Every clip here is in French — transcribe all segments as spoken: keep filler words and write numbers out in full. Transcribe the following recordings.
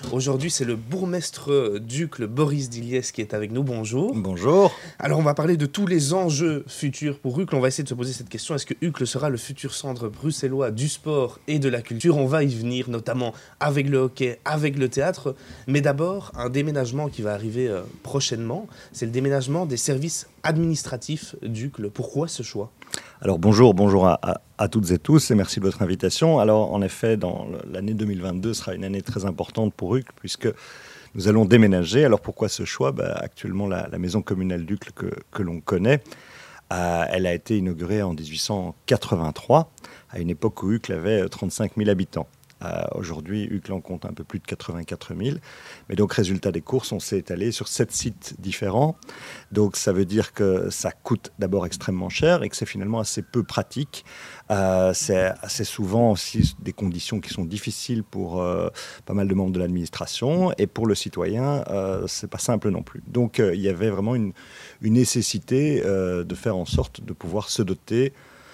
Aujourd'hui, c'est le bourgmestre d'Uccle, Boris Diliès, qui est avec nous. Bonjour. Bonjour. Alors, on va parler de tous les enjeux futurs pour Uccle. On va essayer de se poser cette question. Est-ce que Uccle sera le futur centre bruxellois du sport et de la culture? On va y venir, notamment avec le hockey, avec le théâtre. Mais d'abord, un déménagement qui va arriver euh, prochainement. C'est le déménagement des services administratifs d'Uccle. Pourquoi ce choix? Alors bonjour, bonjour à, à, à toutes et tous et merci de votre invitation. Alors en effet, dans l'année deux mille vingt-deux sera une année très importante pour Uccle puisque nous allons déménager. Alors pourquoi ce choix? bah, Actuellement, la, la maison communale d'Uccle que, que l'on connaît, euh, elle a été inaugurée en dix-huit cent quatre-vingt-trois, à une époque où Uccle avait trente-cinq mille habitants. Euh, Aujourd'hui, Uccle en compte un peu plus de quatre-vingt-quatre mille. Mais donc, résultat des courses, on s'est étalé sur sept sites différents. Donc, ça veut dire que ça coûte d'abord extrêmement cher et que c'est finalement assez peu pratique. Euh, c'est assez souvent aussi des conditions qui sont difficiles pour euh, pas mal de membres de l'administration. Et pour le citoyen, euh, c'est pas simple non plus. Donc, euh, il y avait vraiment une, une nécessité euh, de faire en sorte de pouvoir se doter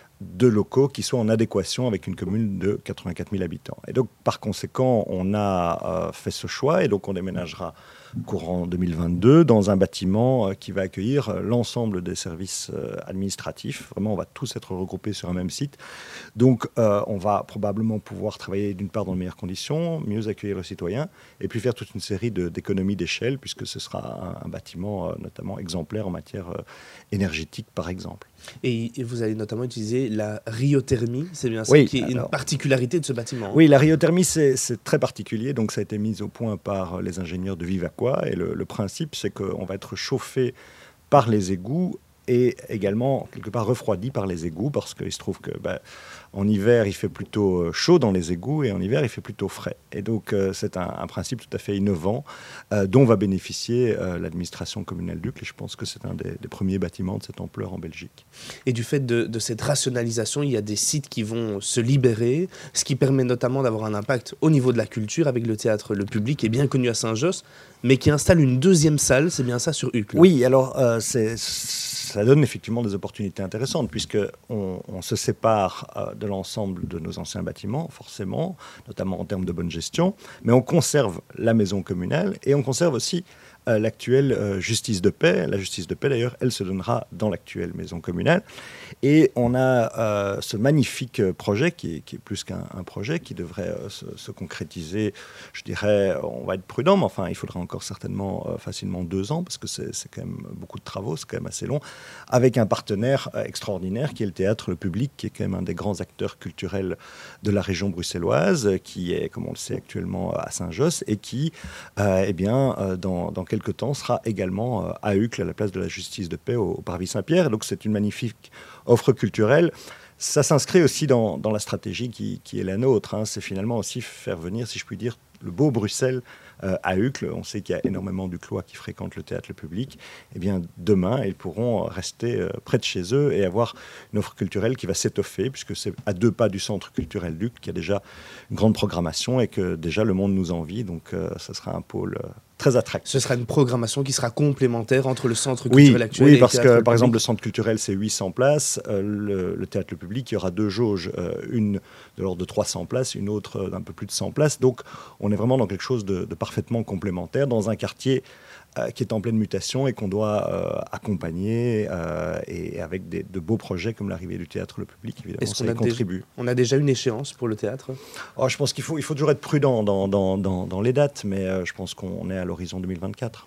de locaux qui soient en adéquation avec une commune de quatre-vingt-quatre mille habitants. Et donc, par conséquent, on a euh, fait ce choix et donc on déménagera courant deux mille vingt-deux dans un bâtiment euh, qui va accueillir euh, l'ensemble des services euh, administratifs. Vraiment, on va tous être regroupés sur un même site. Donc, euh, on va probablement pouvoir travailler d'une part dans de meilleures conditions, mieux accueillir le citoyen et puis faire toute une série de, d'économies d'échelle puisque ce sera un, un bâtiment euh, notamment exemplaire en matière euh, énergétique, par exemple. Et, et vous allez notamment utiliser la ryothermie, c'est bien ça, oui, qui est alors, une particularité de ce bâtiment. Oui, la ryothermie, c'est, c'est très particulier. Donc, ça a été mis au point par les ingénieurs de Vivaqua. Et le, le principe, c'est qu'on va être chauffé par les égouts et également, quelque part, refroidi par les égouts parce qu'il se trouve que... Bah, en hiver, il fait plutôt chaud dans les égouts et en hiver, il fait plutôt frais. Et donc, euh, c'est un, un principe tout à fait innovant euh, dont va bénéficier euh, l'administration communale d'Uccle. Et je pense que c'est un des, des premiers bâtiments de cette ampleur en Belgique. Et du fait de, de cette rationalisation, il y a des sites qui vont se libérer, ce qui permet notamment d'avoir un impact au niveau de la culture avec le théâtre. Le public est bien connu à Saint-Josse, mais qui installe une deuxième salle, c'est bien ça, sur Uccle. Oui, alors euh, c'est... ça donne effectivement des opportunités intéressantes puisqu'on on se sépare euh, de l'ensemble de nos anciens bâtiments, forcément, notamment en termes de bonne gestion, mais on conserve la maison communale et on conserve aussi euh, l'actuelle euh, justice de paix. La justice de paix, d'ailleurs, elle se donnera dans l'actuelle maison communale. Et on a euh, ce magnifique projet qui est, qui est plus qu'un un projet, qui devrait euh, se, se concrétiser, je dirais, on va être prudent, mais enfin, il faudra encore certainement euh, facilement deux ans, parce que c'est, c'est quand même beaucoup de travaux, c'est quand même assez long, avec un partenaire euh, extraordinaire qui est le Théâtre Le Public, qui est quand même un des grands acteurs culturels de la région bruxelloise, qui est, comme on le sait actuellement, à Saint-Josse, et qui, euh, eh bien, euh, dans, dans quelques temps, sera également euh, à Uccle, à la place de la justice de paix au, au Parvis Saint-Pierre. Donc c'est une magnifique offre culturelle. Ça s'inscrit aussi dans, dans la stratégie qui, qui est la nôtre. Hein. C'est finalement aussi faire venir, si je puis dire, le beau Bruxelles euh, à Uccle. On sait qu'il y a énormément d'Ucquois qui fréquentent le théâtre Le Public. Eh bien, demain, ils pourront rester euh, près de chez eux et avoir une offre culturelle qui va s'étoffer, puisque c'est à deux pas du centre culturel d'Uccle, qui a déjà une grande programmation et que déjà le monde nous envie. Donc, euh, ça sera un pôle euh, très attractif. Ce sera une programmation qui sera complémentaire entre le centre culturel oui, actuel oui, et le parce théâtre que, Le par exemple, le Public. centre culturel, c'est huit cents places. Euh, le, le théâtre Le Public, il y aura deux jauges, euh, une de l'ordre de trois cents places, une autre d'un peu plus de cent places. Donc, on est vraiment dans quelque chose de, de parfaitement complémentaire, dans un quartier euh, qui est en pleine mutation et qu'on doit euh, accompagner, euh, et avec des, de beaux projets comme l'arrivée du théâtre Le Public, évidemment, Est-ce ça qu'on y a contribue. Déjà, on a déjà une échéance pour le théâtre? Oh, je pense qu'il faut, il faut toujours être prudent dans, dans, dans, dans les dates, mais euh, je pense qu'on est à l'horizon deux mille vingt-quatre.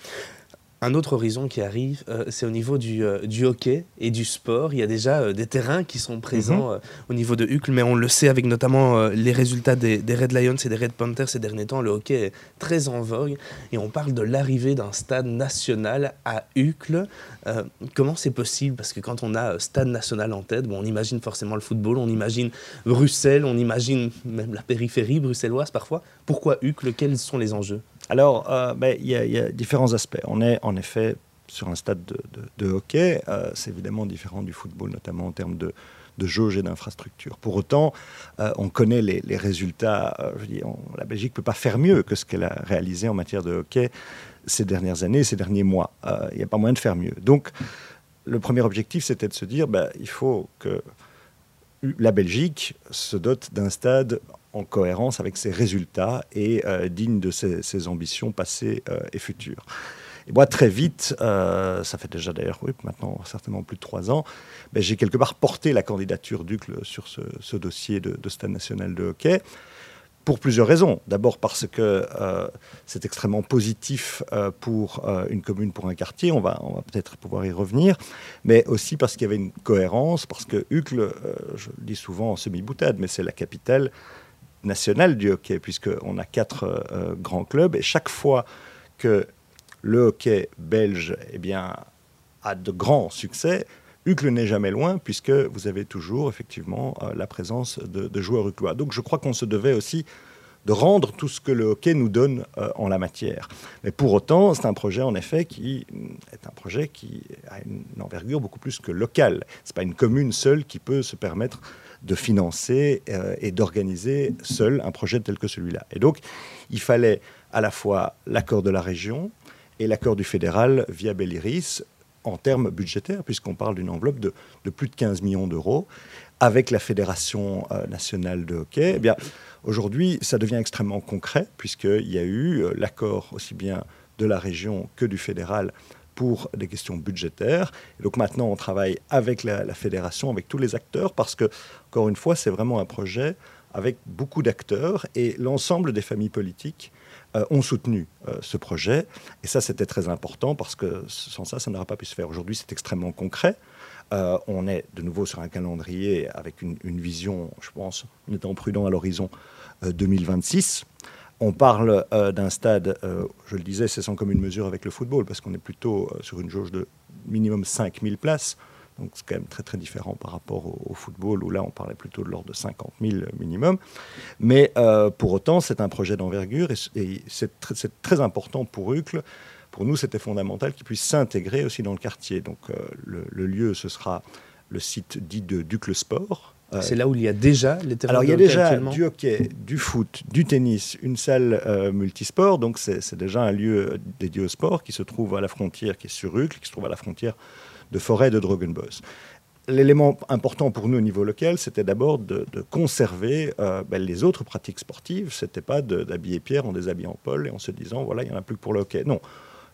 Un autre horizon qui arrive, euh, c'est au niveau du, euh, du hockey et du sport. Il y a déjà euh, des terrains qui sont présents mm-hmm. euh, au niveau de Uccle, mais on le sait avec notamment euh, les résultats des, des Red Lions et des Red Panthers ces derniers temps. Le hockey est très en vogue et on parle de l'arrivée d'un stade national à Uccle. Euh, comment c'est possible? Parce que quand on a euh, stade national en tête, bon, on imagine forcément le football, on imagine Bruxelles, on imagine même la périphérie bruxelloise parfois. Pourquoi Uccle? Quels sont les enjeux? Alors, il euh, ben, y, y a différents aspects. On est en effet sur un stade de, de, de hockey. Euh, c'est évidemment différent du football, notamment en termes de, de jauge et d'infrastructure. Pour autant, euh, on connaît les, les résultats. Euh, je dis, on, la Belgique ne peut pas faire mieux que ce qu'elle a réalisé en matière de hockey ces dernières années, ces derniers mois. Il euh, n'y a pas moyen de faire mieux. Donc, le premier objectif, c'était de se dire, ben, il faut que la Belgique se dote d'un stade en cohérence avec ses résultats et euh, digne de ses, ses ambitions passées euh, et futures. Et moi, très vite, euh, ça fait déjà d'ailleurs, oui, maintenant certainement plus de trois ans, ben, j'ai quelque part porté la candidature d'U C L sur ce, ce dossier de, de Stade national de hockey, pour plusieurs raisons. D'abord parce que euh, c'est extrêmement positif euh, pour euh, une commune, pour un quartier, on va, on va peut-être pouvoir y revenir, mais aussi parce qu'il y avait une cohérence, parce que U C L, euh, je le dis souvent en semi-boutade, mais c'est la capitale nationale du hockey, puisqu'on a quatre euh, grands clubs, et chaque fois que le hockey belge eh bien, a de grands succès, U C L n'est jamais loin, puisque vous avez toujours effectivement euh, la présence de, de joueurs uclois. Donc je crois qu'on se devait aussi de rendre tout ce que le hockey nous donne euh, en la matière. Mais pour autant, c'est un projet en effet qui est un projet qui a une envergure beaucoup plus que locale. Ce n'est pas une commune seule qui peut se permettre de financer euh, et d'organiser seul un projet tel que celui-là. Et donc, il fallait à la fois l'accord de la région et l'accord du fédéral via Belliris en termes budgétaires, puisqu'on parle d'une enveloppe de, de plus de quinze millions d'euros, avec la Fédération euh, nationale de hockey. Eh bien, aujourd'hui, ça devient extrêmement concret, puisqu'il y a eu euh, l'accord aussi bien de la région que du fédéral pour des questions budgétaires. Et donc maintenant, on travaille avec la, la fédération, avec tous les acteurs, parce que, encore une fois, c'est vraiment un projet avec beaucoup d'acteurs, et l'ensemble des familles politiques Euh, ont soutenu euh, ce projet. Et ça, c'était très important parce que sans ça, ça n'aurait pas pu se faire. Aujourd'hui, c'est extrêmement concret. Euh, on est de nouveau sur un calendrier avec une, une vision, je pense, en étant prudent à l'horizon euh, deux mille vingt-six. On parle euh, d'un stade, euh, je le disais, c'est sans commune mesure avec le football parce qu'on est plutôt euh, sur une jauge de minimum cinq mille places. Donc c'est quand même très très différent par rapport au, au football où là on parlait plutôt de l'ordre de cinquante mille minimum. Mais euh, pour autant c'est un projet d'envergure et, et c'est, tr- c'est très important pour U C L. Pour nous c'était fondamental qu'il puisse s'intégrer aussi dans le quartier. Donc euh, le, le lieu ce sera le site dit de d'U C L Sport. Euh, c'est là où il y a déjà les terrains Alors de il y a hockey déjà actuellement. du hockey, du foot, du tennis, une salle euh, multisport. Donc c'est, c'est déjà un lieu dédié au sport qui se trouve à la frontière, qui est sur U C L, qui se trouve à la frontière de Forêt de Drogenbos. L'élément important pour nous au niveau local, c'était d'abord de, de conserver euh, ben, les autres pratiques sportives. Ce n'était pas de, d'habiller Pierre en déshabillant Paul et en se disant, voilà, il n'y en a plus que pour le hockey. Non,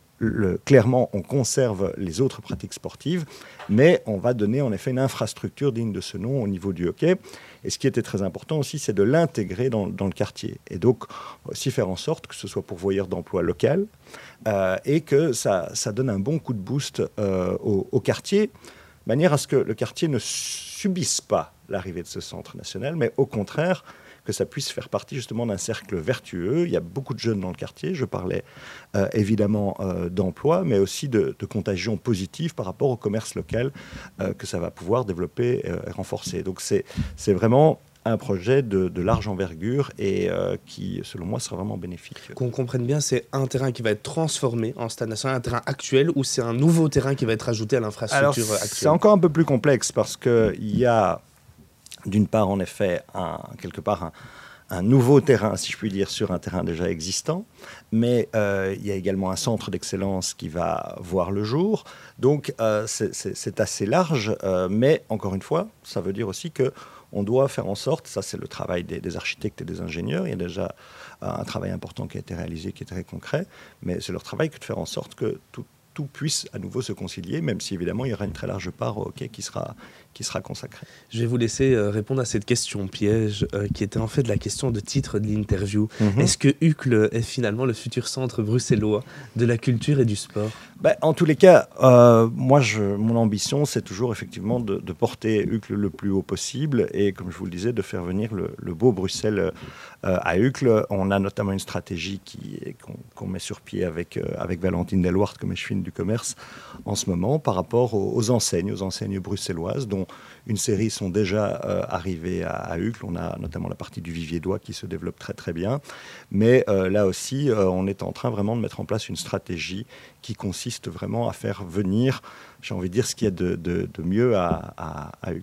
le, clairement, on conserve les autres pratiques sportives, mais on va donner en effet une infrastructure digne de ce nom au niveau du hockey. Et ce qui était très important aussi, c'est de l'intégrer dans, dans le quartier. Et donc, aussi faire en sorte que ce soit pourvoyeur d'emploi local euh, et que ça, ça donne un bon coup de boost euh, au, au quartier, de manière à ce que le quartier ne subisse pas l'arrivée de ce centre national, mais au contraire, que ça puisse faire partie justement d'un cercle vertueux. Il y a beaucoup de jeunes dans le quartier. Je parlais euh, évidemment euh, d'emploi, mais aussi de, de contagion positive par rapport au commerce local euh, que ça va pouvoir développer euh, et renforcer. Donc c'est, c'est vraiment un projet de, de large envergure et euh, qui, selon moi, sera vraiment bénéfique. Qu'on comprenne bien, c'est un terrain qui va être transformé en stade national, un terrain actuel, ou c'est un nouveau terrain qui va être ajouté à l'infrastructure Alors, actuelle? C'est encore un peu plus complexe parce qu'il y a, d'une part, en effet, un, quelque part, un, un nouveau terrain, si je puis dire, sur un terrain déjà existant, mais euh, il y a également un centre d'excellence qui va voir le jour. Donc, euh, c'est, c'est, c'est assez large, euh, mais encore une fois, ça veut dire aussi que on doit faire en sorte, ça c'est le travail des, des architectes et des ingénieurs, il y a déjà euh, un travail important qui a été réalisé, qui est très concret, mais c'est leur travail que de faire en sorte que tout, tout puisse à nouveau se concilier, même si évidemment il y aura une très large part au hockey qui sera, qui sera consacrée. Je vais vous laisser euh, répondre à cette question piège, euh, qui était en fait la question de titre de l'interview. Mm-hmm. Est-ce que U C L est finalement le futur centre bruxellois de la culture et du sport? Ben, en tous les cas, euh, moi, je, mon ambition, c'est toujours effectivement de, de porter U C L le plus haut possible et, comme je vous le disais, de faire venir le, le beau Bruxelles euh, à U C L. On a notamment une stratégie qui, qu'on, qu'on met sur pied avec, euh, avec Valentine Delwart comme échevine du commerce en ce moment par rapport aux, aux enseignes, aux enseignes bruxelloises, dont une série sont déjà euh, arrivées à, à U C L. On a notamment la partie du Vivier-d'Oie qui se développe très très bien. Mais euh, là aussi, euh, on est en train vraiment de mettre en place une stratégie qui consiste vraiment à faire venir, j'ai envie de dire, ce qu'il y a de, de, de mieux à, à, à U C L.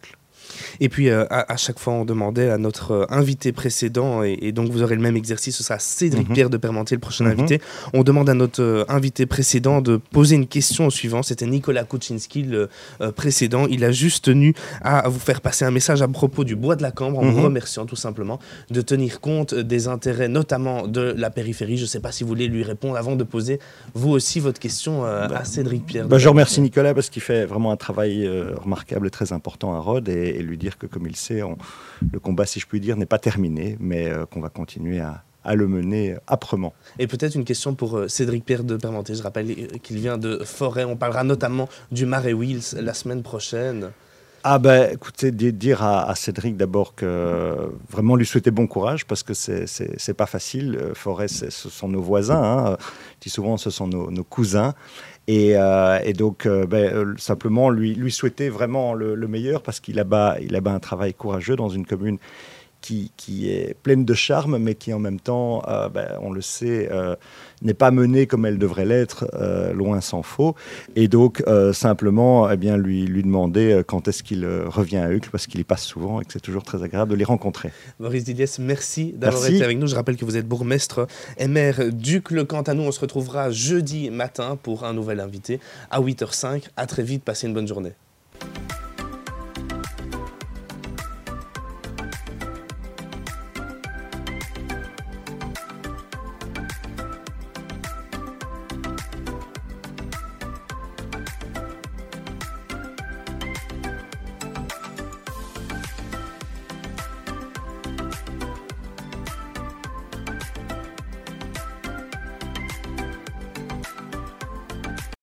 Et puis, euh, à, à chaque fois, on demandait à notre euh, invité précédent, et, et donc vous aurez le même exercice, ce sera Cédric mm-hmm. Pierre de Permentier, le prochain mm-hmm. invité. On demande à notre euh, invité précédent de poser une question au suivant. C'était Nicolas Kuczynski, le euh, précédent. Il a juste tenu à, à vous faire passer un message à propos du bois de la Cambre, en mm-hmm. vous remerciant tout simplement de tenir compte des intérêts, notamment de la périphérie. Je ne sais pas si vous voulez lui répondre avant de poser, vous aussi, votre question euh, bah, à Cédric Pierre. Bah, je remercie Nicolas parce qu'il fait vraiment un travail euh, remarquable et très important à Rhodes, et, et lui dire que, comme il sait, on, le combat, si je puis dire, n'est pas terminé, mais euh, qu'on va continuer à, à le mener âprement. Et peut-être une question pour euh, Cédric Pierre de Permentier. Je rappelle qu'il vient de Forêt. On parlera notamment du Marais Wheels la semaine prochaine. Ah ben, écoutez, dire à, à Cédric d'abord que vraiment lui souhaiter bon courage, parce que c'est, c'est, c'est pas facile. Forêt, c'est, ce sont nos voisins, hein. Je dis souvent, ce sont nos, nos cousins. Et, euh, et donc, euh, ben, euh, simplement lui, lui souhaiter vraiment le, le meilleur, parce qu'il a bas, il a bas un travail courageux dans une commune qui, qui est pleine de charme, mais qui en même temps, euh, ben, on le sait, euh, n'est pas menée comme elle devrait l'être, euh, loin s'en faut. Et donc, euh, simplement, eh bien, lui, lui demander quand est-ce qu'il revient à Uccle, parce qu'il y passe souvent et que c'est toujours très agréable de les rencontrer. Maurice Diliès, merci d'avoir merci. été avec nous. Je rappelle que vous êtes bourgmestre et maire d'Uccle. Quant à nous, on se retrouvera jeudi matin pour un nouvel invité à huit heures cinq. À très vite, passez une bonne journée.